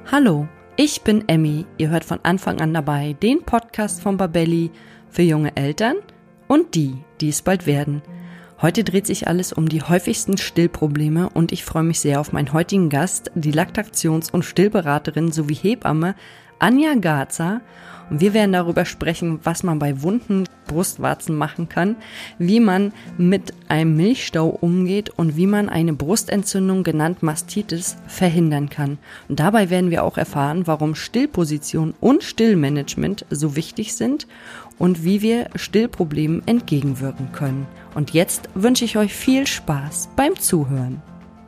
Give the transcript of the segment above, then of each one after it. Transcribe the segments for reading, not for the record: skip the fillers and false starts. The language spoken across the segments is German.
Hallo, ich bin Emmy. Ihr hört von Anfang an dabei den Podcast von Babelli für junge Eltern und die es bald werden. Heute dreht sich alles um die häufigsten Stillprobleme und ich freue mich sehr auf meinen heutigen Gast, die Laktations- und Stillberaterin sowie Hebamme Anja Garza. Und wir werden darüber sprechen, was man bei wunden Brustwarzen machen kann, wie man mit einem Milchstau umgeht und wie man eine Brustentzündung, genannt Mastitis, verhindern kann. Und dabei werden wir auch erfahren, warum Stillposition und Stillmanagement so wichtig sind und wie wir Stillproblemen entgegenwirken können. Und jetzt wünsche ich euch viel Spaß beim Zuhören.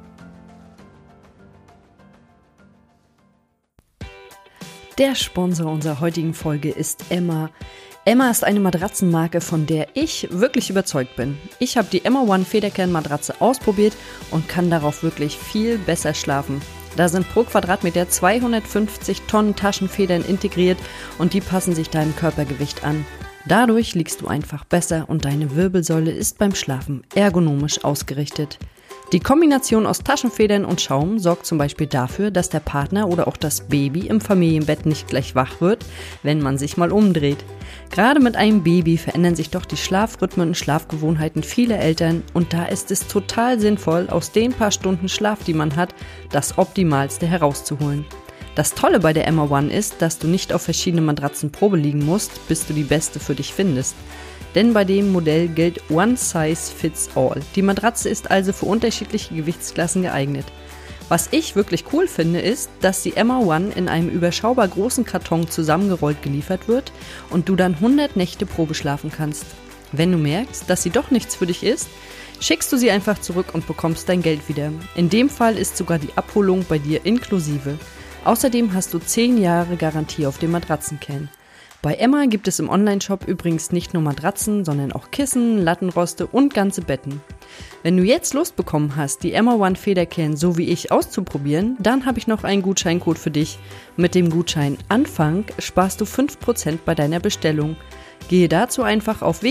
Der Sponsor unserer heutigen Folge ist Emma. Emma ist eine Matratzenmarke, von der ich wirklich überzeugt bin. Ich habe die Emma One Federkern-Matratze ausprobiert und kann darauf wirklich viel besser schlafen. Da sind pro Quadratmeter 250 Tonnen Taschenfedern integriert und die passen sich deinem Körpergewicht an. Dadurch liegst du einfach besser und deine Wirbelsäule ist beim Schlafen ergonomisch ausgerichtet. Die Kombination aus Taschenfedern und Schaum sorgt zum Beispiel dafür, dass der Partner oder auch das Baby im Familienbett nicht gleich wach wird, wenn man sich mal umdreht. Gerade mit einem Baby verändern sich doch die Schlafrhythmen und Schlafgewohnheiten vieler Eltern und da ist es total sinnvoll, aus den paar Stunden Schlaf, die man hat, das Optimalste herauszuholen. Das Tolle bei der Emma One ist, dass du nicht auf verschiedene Matratzen Probe liegen musst, bis du die beste für dich findest. Denn bei dem Modell gilt One Size Fits All. Die Matratze ist also für unterschiedliche Gewichtsklassen geeignet. Was ich wirklich cool finde, ist, dass die Emma One in einem überschaubar großen Karton zusammengerollt geliefert wird und du dann 100 Nächte Probe schlafen kannst. Wenn du merkst, dass sie doch nichts für dich ist, schickst du sie einfach zurück und bekommst dein Geld wieder. In dem Fall ist sogar die Abholung bei dir inklusive. Außerdem hast du 10 Jahre Garantie auf den Matratzenkern. Bei Emma gibt es im Onlineshop übrigens nicht nur Matratzen, sondern auch Kissen, Lattenroste und ganze Betten. Wenn du jetzt Lust bekommen hast, die Emma One Federkern so wie ich auszuprobieren, dann habe ich noch einen Gutscheincode für dich. Mit dem Gutschein ANFANG sparst du 5% bei deiner Bestellung. Gehe dazu einfach auf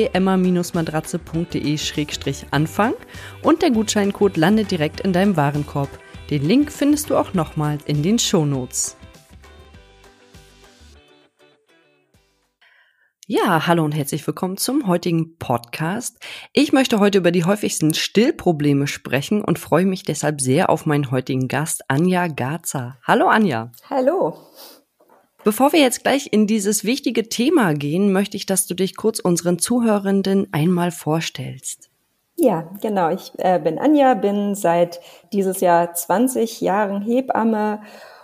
www.emma-matratze.de/anfang und der Gutscheincode landet direkt in deinem Warenkorb. Den Link findest du auch nochmal in den Shownotes. Ja, hallo und herzlich willkommen zum heutigen Podcast. Ich möchte heute über die häufigsten Stillprobleme sprechen und freue mich deshalb sehr auf meinen heutigen Gast, Anja Garza. Hallo Anja. Hallo. Bevor wir jetzt gleich in dieses wichtige Thema gehen, möchte ich, dass du dich kurz unseren Zuhörenden einmal vorstellst. Ja, genau. Ich bin Anja, bin seit dieses Jahr 20 Jahren Hebamme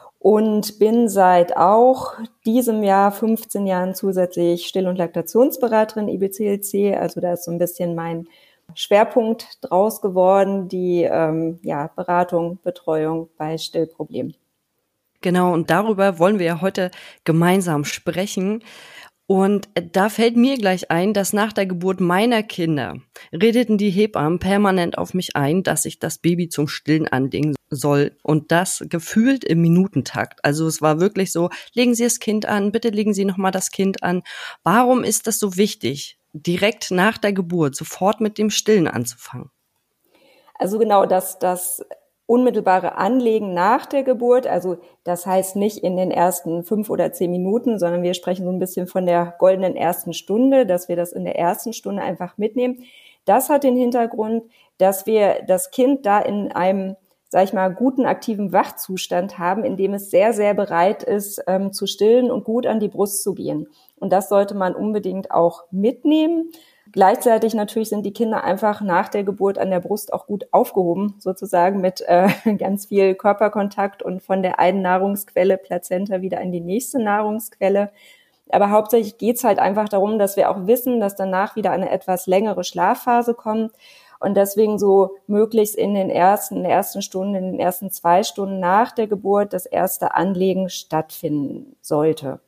und bin seit auch diesem Jahr 15 Jahren zusätzlich Still- und Laktationsberaterin IBCLC. Also da ist so ein bisschen mein Schwerpunkt draus geworden, die Beratung, Betreuung bei Stillproblemen. Genau, und darüber wollen wir ja heute gemeinsam sprechen. Und da fällt mir gleich ein, dass nach der Geburt meiner Kinder redeten die Hebammen permanent auf mich ein, dass ich das Baby zum Stillen anlegen soll. Und das gefühlt im Minutentakt. Also es war wirklich so, legen Sie das Kind an, bitte legen Sie nochmal das Kind an. Warum ist das so wichtig, direkt nach der Geburt sofort mit dem Stillen anzufangen? Also genau, das unmittelbare Anlegen nach der Geburt, also das heißt nicht in den ersten 5 oder 10 Minuten, sondern wir sprechen so ein bisschen von der goldenen ersten Stunde, dass wir das in der ersten Stunde einfach mitnehmen. Das hat den Hintergrund, dass wir das Kind da in einem, sag ich mal, guten, aktiven Wachzustand haben, in dem es sehr, sehr bereit ist, zu stillen und gut an die Brust zu gehen. Und das sollte man unbedingt auch mitnehmen. Gleichzeitig natürlich sind die Kinder einfach nach der Geburt an der Brust auch gut aufgehoben, sozusagen mit ganz viel Körperkontakt und von der einen Nahrungsquelle Plazenta wieder in die nächste Nahrungsquelle. Aber hauptsächlich geht's halt einfach darum, dass wir auch wissen, dass danach wieder eine etwas längere Schlafphase kommt und deswegen so möglichst in der ersten Stunde, in den ersten 2 Stunden nach der Geburt das erste Anlegen stattfinden sollte.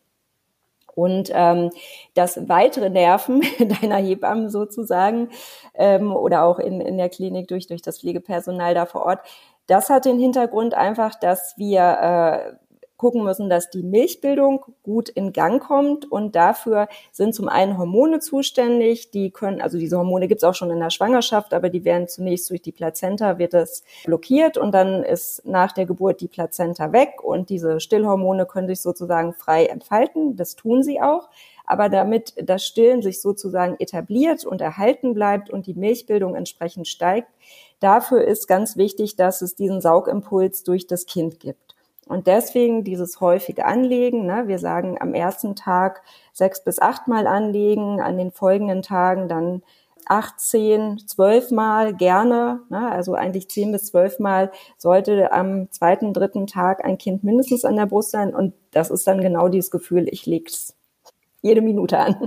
Und das weitere Nerven deiner Hebamme sozusagen oder auch in der Klinik durch das Pflegepersonal da vor Ort, das hat den Hintergrund einfach, dass wir gucken müssen, dass die Milchbildung gut in Gang kommt. Und dafür sind zum einen Hormone zuständig. Diese Hormone gibt es auch schon in der Schwangerschaft, aber die werden zunächst durch die Plazenta, wird das blockiert und dann ist nach der Geburt die Plazenta weg und diese Stillhormone können sich sozusagen frei entfalten. Das tun sie auch. Aber damit das Stillen sich sozusagen etabliert und erhalten bleibt und die Milchbildung entsprechend steigt, dafür ist ganz wichtig, dass es diesen Saugimpuls durch das Kind gibt. Und deswegen dieses häufige Anlegen, wir sagen am ersten Tag 6 bis 8 Mal anlegen, an den folgenden Tagen dann 8, 10, 12 Mal gerne, also eigentlich 10 bis 12 Mal sollte am zweiten, dritten Tag ein Kind mindestens an der Brust sein und das ist dann genau dieses Gefühl, ich leg's jede Minute an.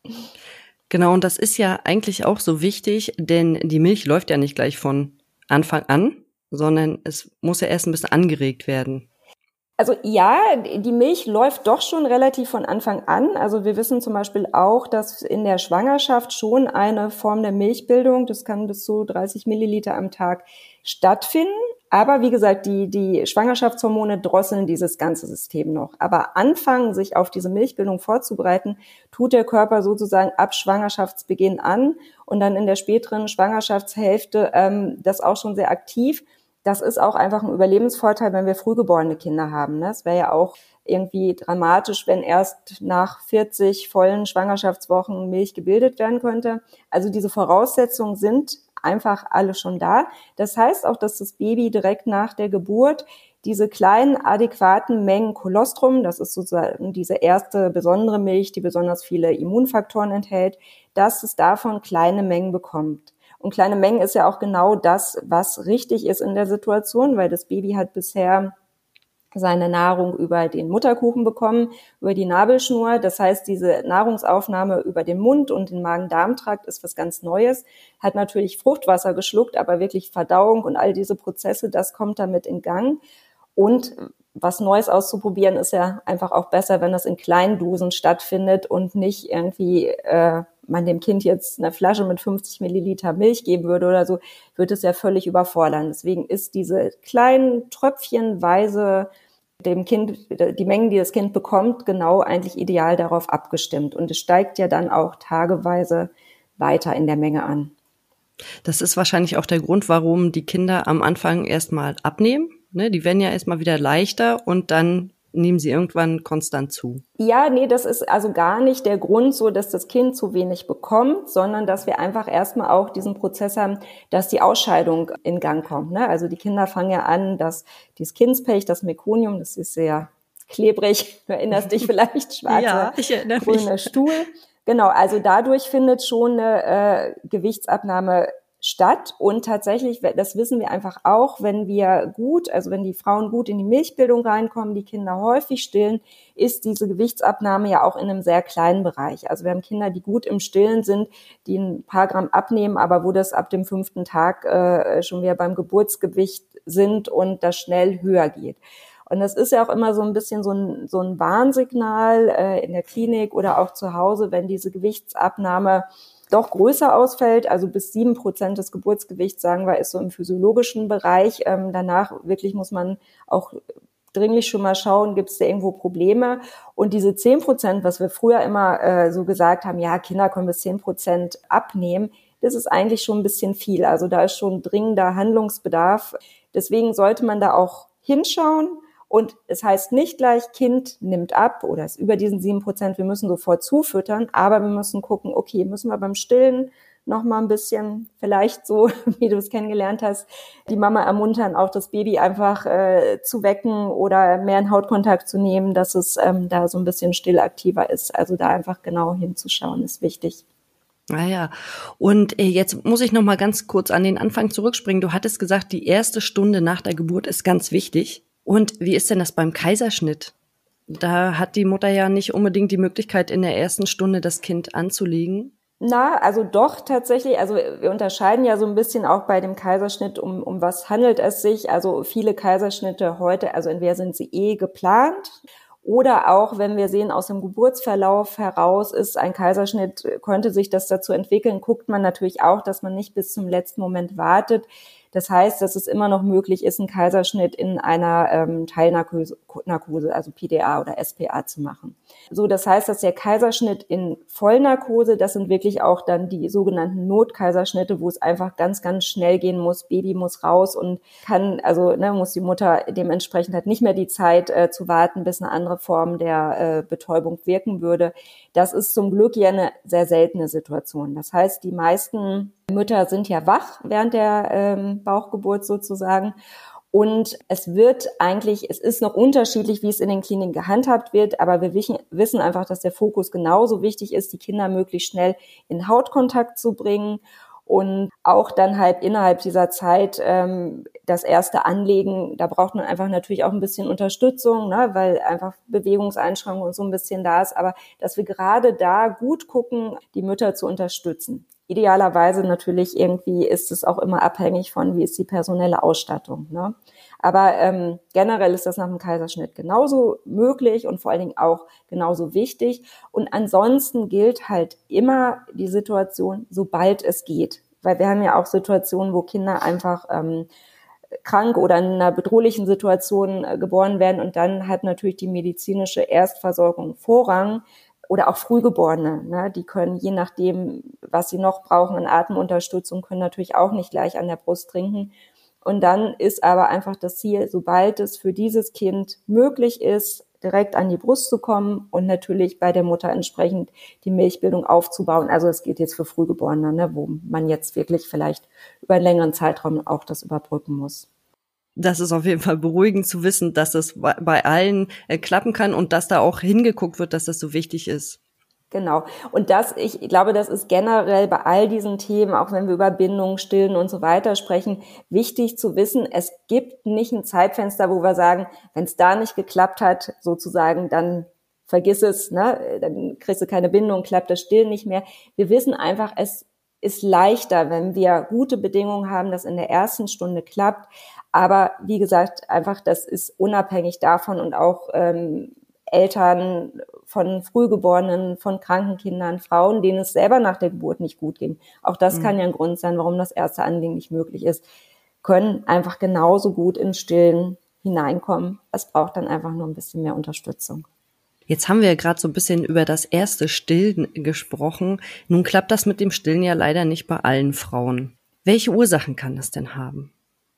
Genau, und das ist ja eigentlich auch so wichtig, denn die Milch läuft ja nicht gleich von Anfang an, sondern es muss ja erst ein bisschen angeregt werden. Also ja, die Milch läuft doch schon relativ von Anfang an. Also wir wissen zum Beispiel auch, dass in der Schwangerschaft schon eine Form der Milchbildung, das kann bis zu 30 Milliliter am Tag stattfinden. Aber wie gesagt, die Schwangerschaftshormone drosseln dieses ganze System noch. Aber anfangen, sich auf diese Milchbildung vorzubereiten, tut der Körper sozusagen ab Schwangerschaftsbeginn an und dann in der späteren Schwangerschaftshälfte das auch schon sehr aktiv. Das ist auch einfach ein Überlebensvorteil, wenn wir frühgeborene Kinder haben. Es wäre ja auch irgendwie dramatisch, wenn erst nach 40 vollen Schwangerschaftswochen Milch gebildet werden könnte. Also diese Voraussetzungen sind einfach alle schon da. Das heißt auch, dass das Baby direkt nach der Geburt diese kleinen, adäquaten Mengen Kolostrum, das ist sozusagen diese erste besondere Milch, die besonders viele Immunfaktoren enthält, dass es davon kleine Mengen bekommt. Und kleine Mengen ist ja auch genau das, was richtig ist in der Situation, weil das Baby hat bisher seine Nahrung über den Mutterkuchen bekommen, über die Nabelschnur. Das heißt, diese Nahrungsaufnahme über den Mund und den Magen-Darm-Trakt ist was ganz Neues. Hat natürlich Fruchtwasser geschluckt, aber wirklich Verdauung und all diese Prozesse, das kommt damit in Gang. Und was Neues auszuprobieren ist ja einfach auch besser, wenn das in kleinen Dosen stattfindet und nicht irgendwie man dem Kind jetzt eine Flasche mit 50 Milliliter Milch geben würde oder so, wird es ja völlig überfordern. Deswegen ist diese kleinen tröpfchenweise dem Kind, die Mengen, die das Kind bekommt, genau eigentlich ideal darauf abgestimmt. Und es steigt ja dann auch tageweise weiter in der Menge an. Das ist wahrscheinlich auch der Grund, warum die Kinder am Anfang erstmal abnehmen. Die werden ja erstmal wieder leichter und dann nehmen sie irgendwann konstant zu. Ja, nee, das ist also gar nicht der Grund so, dass das Kind zu wenig bekommt, sondern dass wir einfach erstmal auch diesen Prozess haben, dass die Ausscheidung in Gang kommt. Also die Kinder fangen ja an, dass dieses Kindspech, das Mekonium, das ist sehr klebrig, du erinnerst dich vielleicht, schwarzer, ja, grüner Stuhl. Genau, also dadurch findet schon eine Gewichtsabnahme statt und tatsächlich, das wissen wir einfach auch, wenn die Frauen gut in die Milchbildung reinkommen, die Kinder häufig stillen, ist diese Gewichtsabnahme ja auch in einem sehr kleinen Bereich. Also wir haben Kinder, die gut im Stillen sind, die ein paar Gramm abnehmen, aber wo das ab dem 5. Tag schon wieder beim Geburtsgewicht sind und das schnell höher geht. Und das ist ja auch immer so ein bisschen so ein Warnsignal in der Klinik oder auch zu Hause, wenn diese Gewichtsabnahme doch größer ausfällt, also bis 7% des Geburtsgewichts, sagen wir, ist so im physiologischen Bereich. Danach wirklich muss man auch dringlich schon mal schauen, gibt es da irgendwo Probleme? Und diese 10%, was wir früher immer so gesagt haben, ja, Kinder können bis 10% abnehmen, das ist eigentlich schon ein bisschen viel. Also da ist schon dringender Handlungsbedarf. Deswegen sollte man da auch hinschauen. Und es heißt nicht gleich, Kind nimmt ab oder ist über diesen 7%, wir müssen sofort zufüttern, aber wir müssen gucken, okay, müssen wir beim Stillen noch mal ein bisschen, vielleicht so, wie du es kennengelernt hast, die Mama ermuntern, auch das Baby einfach zu wecken oder mehr in Hautkontakt zu nehmen, dass es da so ein bisschen stillaktiver ist. Also da einfach genau hinzuschauen, ist wichtig. Ja. Und jetzt muss ich noch mal ganz kurz an den Anfang zurückspringen. Du hattest gesagt, die erste Stunde nach der Geburt ist ganz wichtig. Und wie ist denn das beim Kaiserschnitt? Da hat die Mutter ja nicht unbedingt die Möglichkeit, in der ersten Stunde das Kind anzulegen. Also doch tatsächlich. Also wir unterscheiden ja so ein bisschen auch bei dem Kaiserschnitt, um was handelt es sich. Also viele Kaiserschnitte heute, also entweder sind sie geplant oder auch, wenn wir sehen, aus dem Geburtsverlauf heraus ist ein Kaiserschnitt, könnte sich das dazu entwickeln, guckt man natürlich auch, dass man nicht bis zum letzten Moment wartet. Das heißt, dass es immer noch möglich ist, einen Kaiserschnitt in einer Teilnarkose, also PDA oder SPA zu machen. So, das heißt, dass der Kaiserschnitt in Vollnarkose, das sind wirklich auch dann die sogenannten Notkaiserschnitte, wo es einfach ganz, ganz schnell gehen muss. Baby muss raus und muss die Mutter dementsprechend hat nicht mehr die Zeit zu warten, bis eine andere Form der Betäubung wirken würde. Das ist zum Glück ja eine sehr seltene Situation. Das heißt, die meisten Mütter sind ja wach während der Bauchgeburt sozusagen. Und es ist noch unterschiedlich, wie es in den Kliniken gehandhabt wird, aber wir wissen einfach, dass der Fokus genauso wichtig ist, die Kinder möglichst schnell in Hautkontakt zu bringen und auch dann halt innerhalb dieser Zeit das erste Anlegen, da braucht man einfach natürlich auch ein bisschen Unterstützung, ne, weil einfach Bewegungseinschränkungen und so ein bisschen da ist, aber dass wir gerade da gut gucken, die Mütter zu unterstützen. Idealerweise natürlich irgendwie ist es auch immer abhängig von, wie ist die personelle Ausstattung, ne? Aber generell ist das nach dem Kaiserschnitt genauso möglich und vor allen Dingen auch genauso wichtig. Und ansonsten gilt halt immer die Situation, sobald es geht. Weil wir haben ja auch Situationen, wo Kinder einfach krank oder in einer bedrohlichen Situation geboren werden. Und dann hat natürlich die medizinische Erstversorgung Vorrang. Oder auch Frühgeborene, ne? Die können, je nachdem, was sie noch brauchen an Atemunterstützung, können natürlich auch nicht gleich an der Brust trinken. Und dann ist aber einfach das Ziel, sobald es für dieses Kind möglich ist, direkt an die Brust zu kommen und natürlich bei der Mutter entsprechend die Milchbildung aufzubauen. Also es geht jetzt für Frühgeborene, ne, wo man jetzt wirklich vielleicht über einen längeren Zeitraum auch das überbrücken muss. Das ist auf jeden Fall beruhigend zu wissen, dass das bei allen klappen kann und dass da auch hingeguckt wird, dass das so wichtig ist. Genau. Und ich glaube, das ist generell bei all diesen Themen, auch wenn wir über Bindung, Stillen und so weiter sprechen, wichtig zu wissen, es gibt nicht ein Zeitfenster, wo wir sagen, wenn es da nicht geklappt hat, sozusagen, dann vergiss es, ne? Dann kriegst du keine Bindung, klappt das Stillen nicht mehr. Wir wissen einfach, es ist leichter, wenn wir gute Bedingungen haben, dass in der ersten Stunde klappt. Aber wie gesagt, einfach, das ist unabhängig davon und auch Eltern von Frühgeborenen, von kranken Kindern, Frauen, denen es selber nach der Geburt nicht gut ging. Auch das kann ja ein Grund sein, warum das erste Anliegen nicht möglich ist. Können einfach genauso gut in Stillen hineinkommen. Es braucht dann einfach nur ein bisschen mehr Unterstützung. Jetzt haben wir ja gerade so ein bisschen über das erste Stillen gesprochen. Nun klappt das mit dem Stillen ja leider nicht bei allen Frauen. Welche Ursachen kann das denn haben?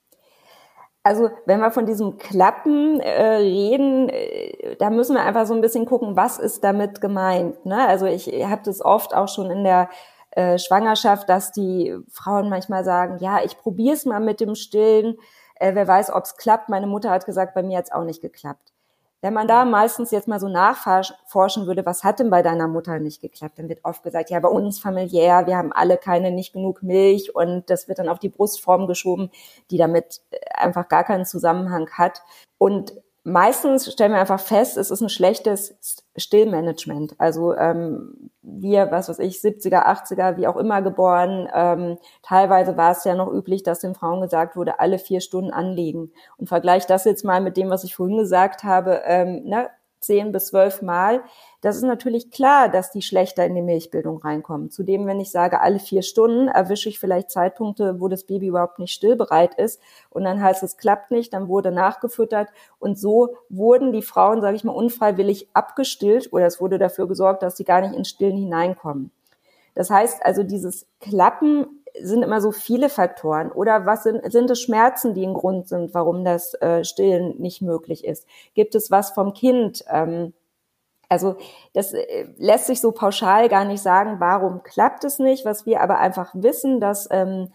Also wenn wir von diesem Klappen reden, da müssen wir einfach so ein bisschen gucken, was ist damit gemeint, ne? Also ich habe das oft auch schon in der Schwangerschaft, dass die Frauen manchmal sagen, ja, ich probiere es mal mit dem Stillen, wer weiß, ob es klappt. Meine Mutter hat gesagt, bei mir hat es auch nicht geklappt. Wenn man da meistens jetzt mal so nachforschen würde, was hat denn bei deiner Mutter nicht geklappt, dann wird oft gesagt, ja, bei uns familiär, wir haben alle nicht genug Milch und das wird dann auf die Brustform geschoben, die damit einfach gar keinen Zusammenhang hat. Und meistens stellen wir einfach fest, es ist ein schlechtes Stillmanagement. Also wir, 70er, 80er, wie auch immer geboren. Teilweise war es ja noch üblich, dass den Frauen gesagt wurde, alle 4 Stunden anlegen. Und vergleich das jetzt mal mit dem, was ich vorhin gesagt habe, 10 bis 12 Mal. Das ist natürlich klar, dass die schlechter in die Milchbildung reinkommen. Zudem, wenn ich sage, alle 4 Stunden, erwische ich vielleicht Zeitpunkte, wo das Baby überhaupt nicht stillbereit ist. Und dann heißt es, klappt nicht, dann wurde nachgefüttert. Und so wurden die Frauen, sage ich mal, unfreiwillig abgestillt oder es wurde dafür gesorgt, dass sie gar nicht ins Stillen hineinkommen. Das heißt also, dieses Klappen sind immer so viele Faktoren. Oder was sind es Schmerzen, die ein Grund sind, warum das Stillen nicht möglich ist? Gibt es was vom Kind? Also das lässt sich so pauschal gar nicht sagen, warum klappt es nicht. Was wir aber einfach wissen, dass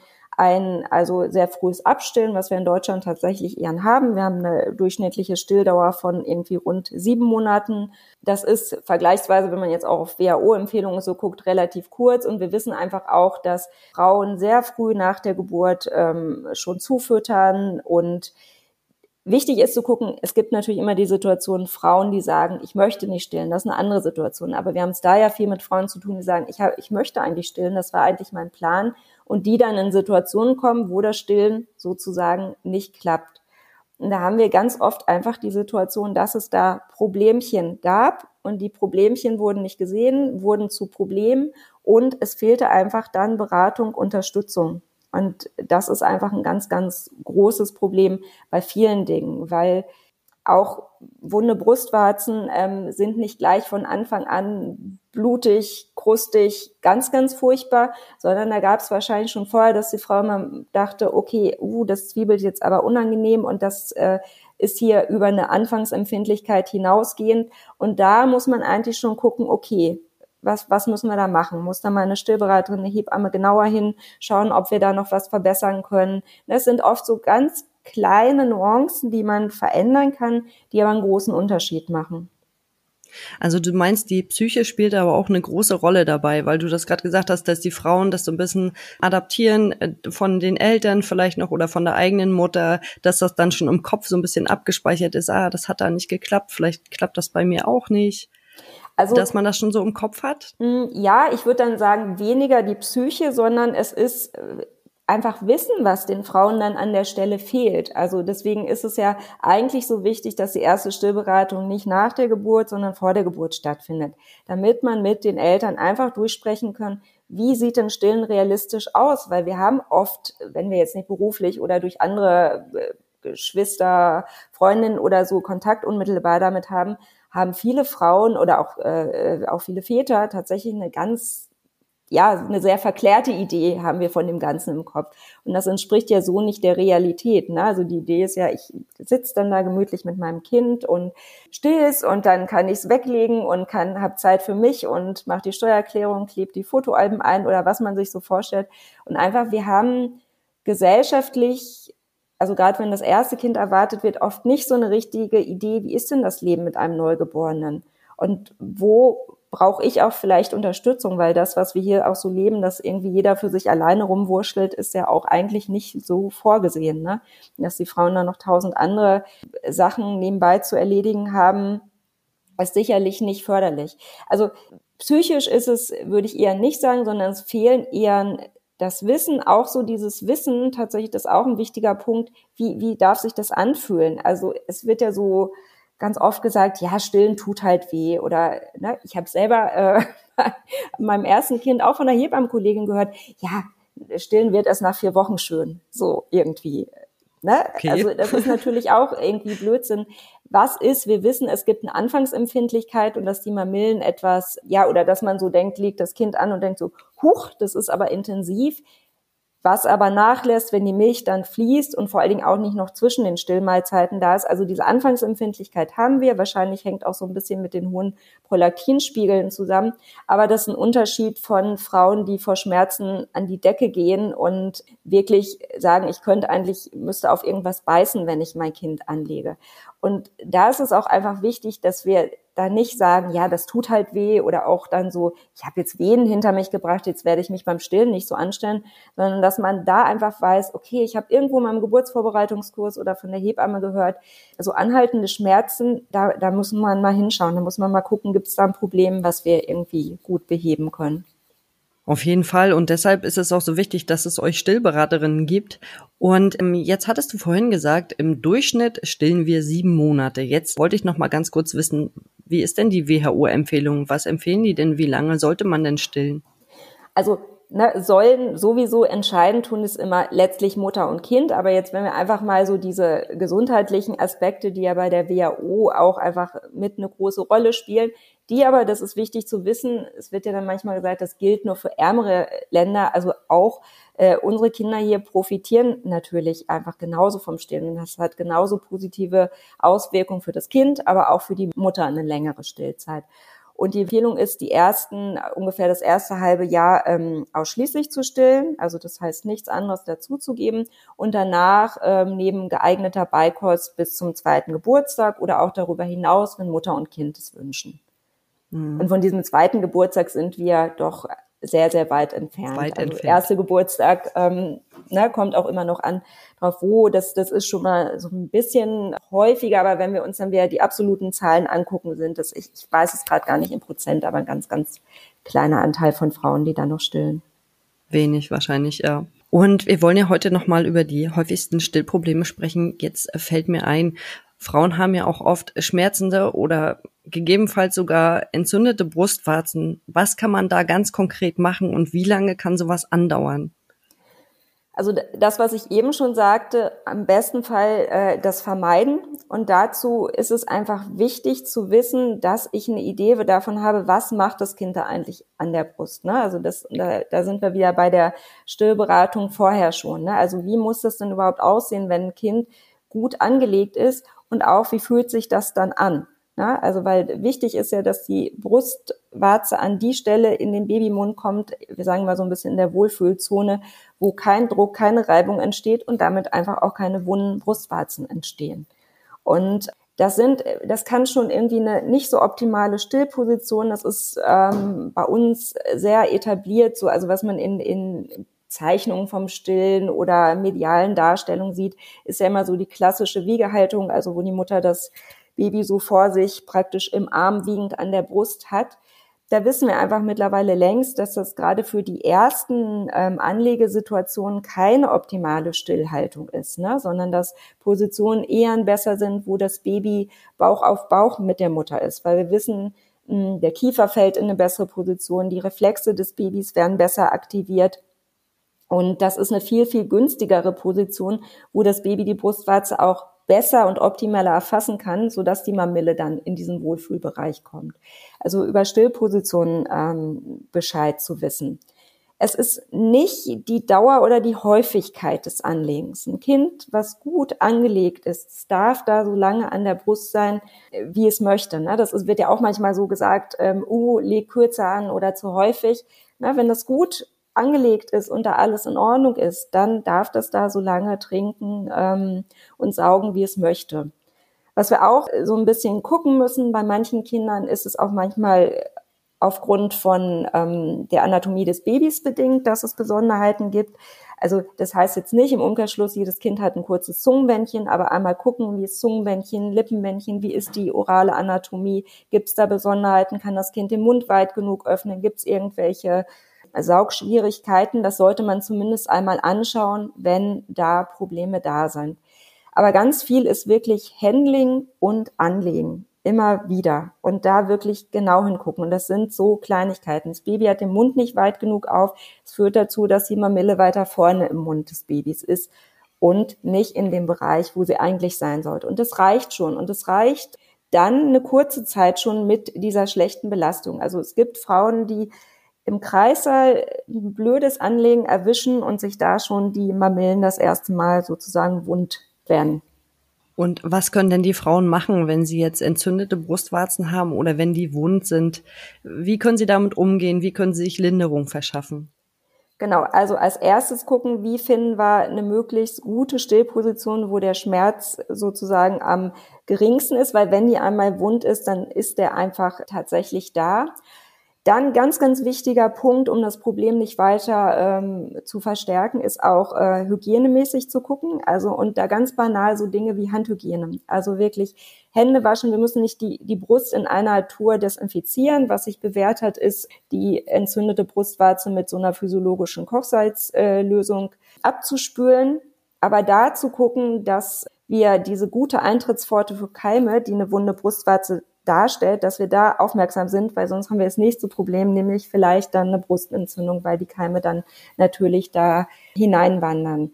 also sehr frühes Abstillen, was wir in Deutschland tatsächlich eher haben. Wir haben eine durchschnittliche Stilldauer von irgendwie rund 7 Monaten. Das ist vergleichsweise, wenn man jetzt auch auf WHO-Empfehlungen so guckt, relativ kurz. Und wir wissen einfach auch, dass Frauen sehr früh nach der Geburt schon zufüttern. Und wichtig ist zu gucken, es gibt natürlich immer die Situation, Frauen, die sagen, ich möchte nicht stillen, das ist eine andere Situation. Aber wir haben es da ja viel mit Frauen zu tun, die sagen, ich möchte eigentlich stillen, das war eigentlich mein Plan. Und die dann in Situationen kommen, wo das Stillen sozusagen nicht klappt. Und da haben wir ganz oft einfach die Situation, dass es da Problemchen gab und die Problemchen wurden nicht gesehen, wurden zu Problemen und es fehlte einfach dann Beratung, Unterstützung. Und das ist einfach ein ganz, ganz großes Problem bei vielen Dingen, weil auch wunde Brustwarzen sind nicht gleich von Anfang an blutig, krustig, ganz, ganz furchtbar, sondern da gab es wahrscheinlich schon vorher, dass die Frau immer dachte, okay, das zwiebelt jetzt aber unangenehm und das ist hier über eine Anfangsempfindlichkeit hinausgehend. Und da muss man eigentlich schon gucken, okay, was müssen wir da machen? Muss da mal eine Stillberaterin, eine Hebamme genauer hinschauen, ob wir da noch was verbessern können? Das sind oft so ganz kleine Nuancen, die man verändern kann, die aber einen großen Unterschied machen. Also du meinst, die Psyche spielt aber auch eine große Rolle dabei, weil du das gerade gesagt hast, dass die Frauen das so ein bisschen adaptieren von den Eltern vielleicht noch oder von der eigenen Mutter, dass das dann schon im Kopf so ein bisschen abgespeichert ist, das hat da nicht geklappt, vielleicht klappt das bei mir auch nicht. Also, dass man das schon so im Kopf hat? Ja, ich würde dann sagen, weniger die Psyche, sondern es ist einfach Wissen, was den Frauen dann an der Stelle fehlt. Also deswegen ist es ja eigentlich so wichtig, dass die erste Stillberatung nicht nach der Geburt, sondern vor der Geburt stattfindet, damit man mit den Eltern einfach durchsprechen kann, wie sieht denn Stillen realistisch aus? Weil wir haben oft, wenn wir jetzt nicht beruflich oder durch andere Geschwister, Freundinnen oder so Kontakt unmittelbar damit haben viele Frauen oder auch viele Väter tatsächlich eine sehr verklärte Idee haben wir von dem Ganzen im Kopf. Und das entspricht ja so nicht der Realität. Ne? Also die Idee ist ja, ich sitze dann da gemütlich mit meinem Kind und still's und dann kann ich es weglegen und habe Zeit für mich und mache die Steuererklärung, klebe die Fotoalben ein oder was man sich so vorstellt. Und einfach, wir haben gesellschaftlich, also gerade wenn das erste Kind erwartet wird, oft nicht so eine richtige Idee, wie ist denn das Leben mit einem Neugeborenen? Und wo brauche ich auch vielleicht Unterstützung, weil das, was wir hier auch so leben, dass irgendwie jeder für sich alleine rumwurschtelt, ist ja auch eigentlich nicht so vorgesehen, ne? Dass die Frauen da noch 1000 andere Sachen nebenbei zu erledigen haben, ist sicherlich nicht förderlich. Also psychisch ist es, würde ich eher nicht sagen, sondern es fehlen eher das Wissen, auch so dieses Wissen, tatsächlich, das ist auch ein wichtiger Punkt, wie darf sich das anfühlen? Also es wird ja so ganz oft gesagt, ja, Stillen tut halt weh. Oder ne, ich habe selber meinem ersten Kind auch von einer Hebammenkollegin gehört, ja, Stillen wird erst nach 4 Wochen schön, so irgendwie. Ne? Okay. Also das ist natürlich auch irgendwie Blödsinn. Was ist, wir wissen, es gibt eine Anfangsempfindlichkeit und dass die Mamillen etwas, oder dass man so denkt, legt das Kind an und denkt so, huch, das ist aber intensiv. Was aber nachlässt, wenn die Milch dann fließt und vor allen Dingen auch nicht noch zwischen den Stillmahlzeiten da ist. Also diese Anfangsempfindlichkeit haben wir. Wahrscheinlich hängt auch so ein bisschen mit den hohen Prolaktinspiegeln zusammen. Aber das ist ein Unterschied von Frauen, die vor Schmerzen an die Decke gehen und wirklich sagen, müsste auf irgendwas beißen, wenn ich mein Kind anlege. Und da ist es auch einfach wichtig, dass wir da nicht sagen, ja, das tut halt weh oder auch dann so, ich habe jetzt Wehen hinter mich gebracht, jetzt werde ich mich beim Stillen nicht so anstellen, sondern dass man da einfach weiß, okay, ich habe irgendwo in meinem Geburtsvorbereitungskurs oder von der Hebamme gehört, so anhaltende Schmerzen, da muss man mal hinschauen, da muss man mal gucken, gibt es da ein Problem, was wir irgendwie gut beheben können. Auf jeden Fall. Und deshalb ist es auch so wichtig, dass es euch Stillberaterinnen gibt. Und jetzt hattest du vorhin gesagt, im Durchschnitt stillen wir 7 Monate. Jetzt wollte ich noch mal ganz kurz wissen, wie ist denn die WHO-Empfehlung? Was empfehlen die denn? Wie lange sollte man denn stillen? Also sollen sowieso entscheiden tun es immer letztlich Mutter und Kind. Aber jetzt, wenn wir einfach mal so diese gesundheitlichen Aspekte, die ja bei der WHO auch einfach mit eine große Rolle spielen, die aber, das ist wichtig zu wissen, es wird ja dann manchmal gesagt, das gilt nur für ärmere Länder, also auch unsere Kinder hier profitieren natürlich einfach genauso vom Stillen. Das hat genauso positive Auswirkungen für das Kind, aber auch für die Mutter eine längere Stillzeit. Und die Empfehlung ist, ungefähr das erste halbe Jahr ausschließlich zu stillen, also das heißt nichts anderes dazuzugeben und danach neben geeigneter Beikost bis zum 2. Geburtstag oder auch darüber hinaus, wenn Mutter und Kind es wünschen. Und von diesem 2. Geburtstag sind wir doch sehr, sehr weit entfernt. Erster Geburtstag kommt auch immer noch an drauf, wo. Das ist schon mal so ein bisschen häufiger, aber wenn wir uns dann wieder die absoluten Zahlen angucken, sind das, ich weiß es gerade gar nicht in Prozent, aber ein ganz, ganz kleiner Anteil von Frauen, die da noch stillen. Wenig wahrscheinlich, ja. Und wir wollen ja heute nochmal über die häufigsten Stillprobleme sprechen. Jetzt fällt mir ein, Frauen haben ja auch oft schmerzende oder gegebenenfalls sogar entzündete Brustwarzen. Was kann man da ganz konkret machen und wie lange kann sowas andauern? Also das, was ich eben schon sagte, am besten Fall das vermeiden. Und dazu ist es einfach wichtig zu wissen, dass ich eine Idee davon habe, was macht das Kind da eigentlich an der Brust. Ne? Also da sind wir wieder bei der Stillberatung vorher schon. Ne? Also wie muss das denn überhaupt aussehen, wenn ein Kind gut angelegt ist und auch wie fühlt sich das dann an? Ja, also weil wichtig ist ja, dass die Brustwarze an die Stelle in den Babymund kommt, wir sagen mal so ein bisschen in der Wohlfühlzone, wo kein Druck, keine Reibung entsteht und damit einfach auch keine wunden Brustwarzen entstehen. Und das kann schon irgendwie eine nicht so optimale Stillposition, das ist bei uns sehr etabliert, so also was man in Zeichnungen vom Stillen oder medialen Darstellungen sieht, ist ja immer so die klassische Wiegehaltung, also wo die Mutter das Baby so vor sich praktisch im Arm wiegend an der Brust hat. Da wissen wir einfach mittlerweile längst, dass das gerade für die ersten Anlegesituationen keine optimale Stillhaltung ist, ne? Sondern dass Positionen eher besser sind, wo das Baby Bauch auf Bauch mit der Mutter ist, weil wir wissen, der Kiefer fällt in eine bessere Position, die Reflexe des Babys werden besser aktiviert. Und das ist eine viel, viel günstigere Position, wo das Baby die Brustwarze auch besser und optimaler erfassen kann, sodass die Mamille dann in diesen Wohlfühlbereich kommt. Also über Stillpositionen Bescheid zu wissen. Es ist nicht die Dauer oder die Häufigkeit des Anlegens. Ein Kind, was gut angelegt ist, darf da so lange an der Brust sein, wie es möchte. Wird ja auch manchmal so gesagt, leg kürzer an oder zu häufig. Wenn das gut angelegt ist und da alles in Ordnung ist, dann darf das da so lange trinken und saugen, wie es möchte. Was wir auch so ein bisschen gucken müssen, bei manchen Kindern ist es auch manchmal aufgrund von der Anatomie des Babys bedingt, dass es Besonderheiten gibt. Also das heißt jetzt nicht im Umkehrschluss, jedes Kind hat ein kurzes Zungenbändchen, aber einmal gucken, wie ist Zungenbändchen, Lippenbändchen, wie ist die orale Anatomie, gibt es da Besonderheiten, kann das Kind den Mund weit genug öffnen, gibt es irgendwelche Saugschwierigkeiten, das sollte man zumindest einmal anschauen, wenn da Probleme da sind. Aber ganz viel ist wirklich Handling und Anlegen, immer wieder. Und da wirklich genau hingucken. Und das sind so Kleinigkeiten. Das Baby hat den Mund nicht weit genug auf. Es führt dazu, dass die Mamille weiter vorne im Mund des Babys ist und nicht in dem Bereich, wo sie eigentlich sein sollte. Und das reicht schon. Und es reicht dann eine kurze Zeit schon mit dieser schlechten Belastung. Also es gibt Frauen, die im Kreissaal ein blödes Anlegen erwischen und sich da schon die Mamillen das erste Mal sozusagen wund werden. Und was können denn die Frauen machen, wenn sie jetzt entzündete Brustwarzen haben oder wenn die wund sind? Wie können sie damit umgehen? Wie können sie sich Linderung verschaffen? Genau, also als erstes gucken, wie finden wir eine möglichst gute Stillposition, wo der Schmerz sozusagen am geringsten ist, weil wenn die einmal wund ist, dann ist der einfach tatsächlich da. Dann ganz, ganz wichtiger Punkt, um das Problem nicht weiter zu verstärken, ist auch hygienemäßig zu gucken. Also und da ganz banal so Dinge wie Handhygiene. Also wirklich Hände waschen. Wir müssen nicht die Brust in einer Tour desinfizieren. Was sich bewährt hat, ist die entzündete Brustwarze mit so einer physiologischen Kochsalzlösung abzuspülen. Aber da zu gucken, dass wir diese gute Eintrittspforte für Keime, die eine wunde Brustwarze darstellt, dass wir da aufmerksam sind, weil sonst haben wir das nächste Problem, nämlich vielleicht dann eine Brustentzündung, weil die Keime dann natürlich da hineinwandern.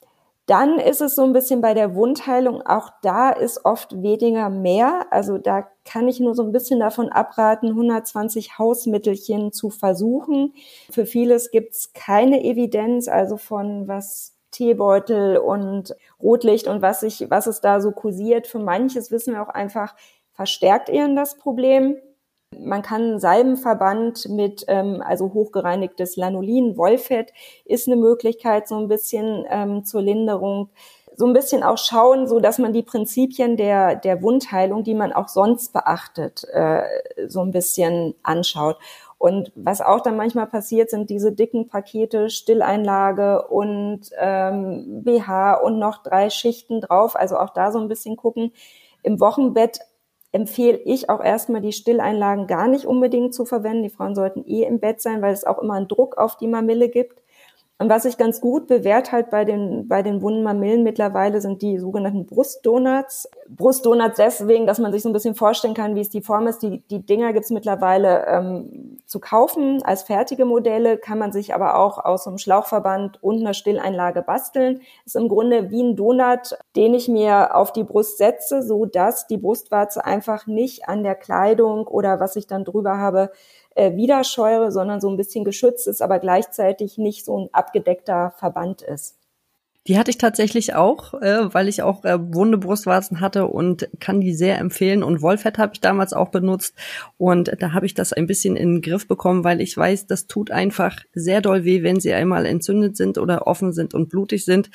Dann ist es so ein bisschen bei der Wundheilung, auch da ist oft weniger mehr. Also da kann ich nur so ein bisschen davon abraten, 120 Hausmittelchen zu versuchen. Für vieles gibt's keine Evidenz, also von was Teebeutel und Rotlicht und was es da so kursiert. Für manches wissen wir auch einfach, verstärkt eher das Problem. Man kann einen Salbenverband mit also hochgereinigtes Lanolin, Wollfett ist eine Möglichkeit so ein bisschen zur Linderung. So ein bisschen auch schauen, so dass man die Prinzipien der Wundheilung, die man auch sonst beachtet, so ein bisschen anschaut. Und was auch dann manchmal passiert, sind diese dicken Pakete, Stilleinlage und BH und noch 3 Schichten drauf. Also auch da so ein bisschen gucken. Im Wochenbett empfehle ich auch erstmal die Stilleinlagen gar nicht unbedingt zu verwenden. Die Frauen sollten im Bett sein, weil es auch immer einen Druck auf die Mamille gibt. Und was sich ganz gut bewährt halt bei den wunden Mamillen mittlerweile sind die sogenannten Brustdonuts. Brustdonuts deswegen, dass man sich so ein bisschen vorstellen kann, wie es die Form ist. Die Dinger gibt's mittlerweile zu kaufen als fertige Modelle, kann man sich aber auch aus einem Schlauchverband und einer Stilleinlage basteln. Ist im Grunde wie ein Donut, den ich mir auf die Brust setze, so dass die Brustwarze einfach nicht an der Kleidung oder was ich dann drüber habe, widerscheure, sondern so ein bisschen geschützt ist, aber gleichzeitig nicht so ein abgedeckter Verband ist. Die hatte ich tatsächlich auch, weil ich auch wunde Brustwarzen hatte und kann die sehr empfehlen. Und Wollfett habe ich damals auch benutzt und da habe ich das ein bisschen in den Griff bekommen, weil ich weiß, das tut einfach sehr doll weh, wenn sie einmal entzündet sind oder offen sind und blutig sind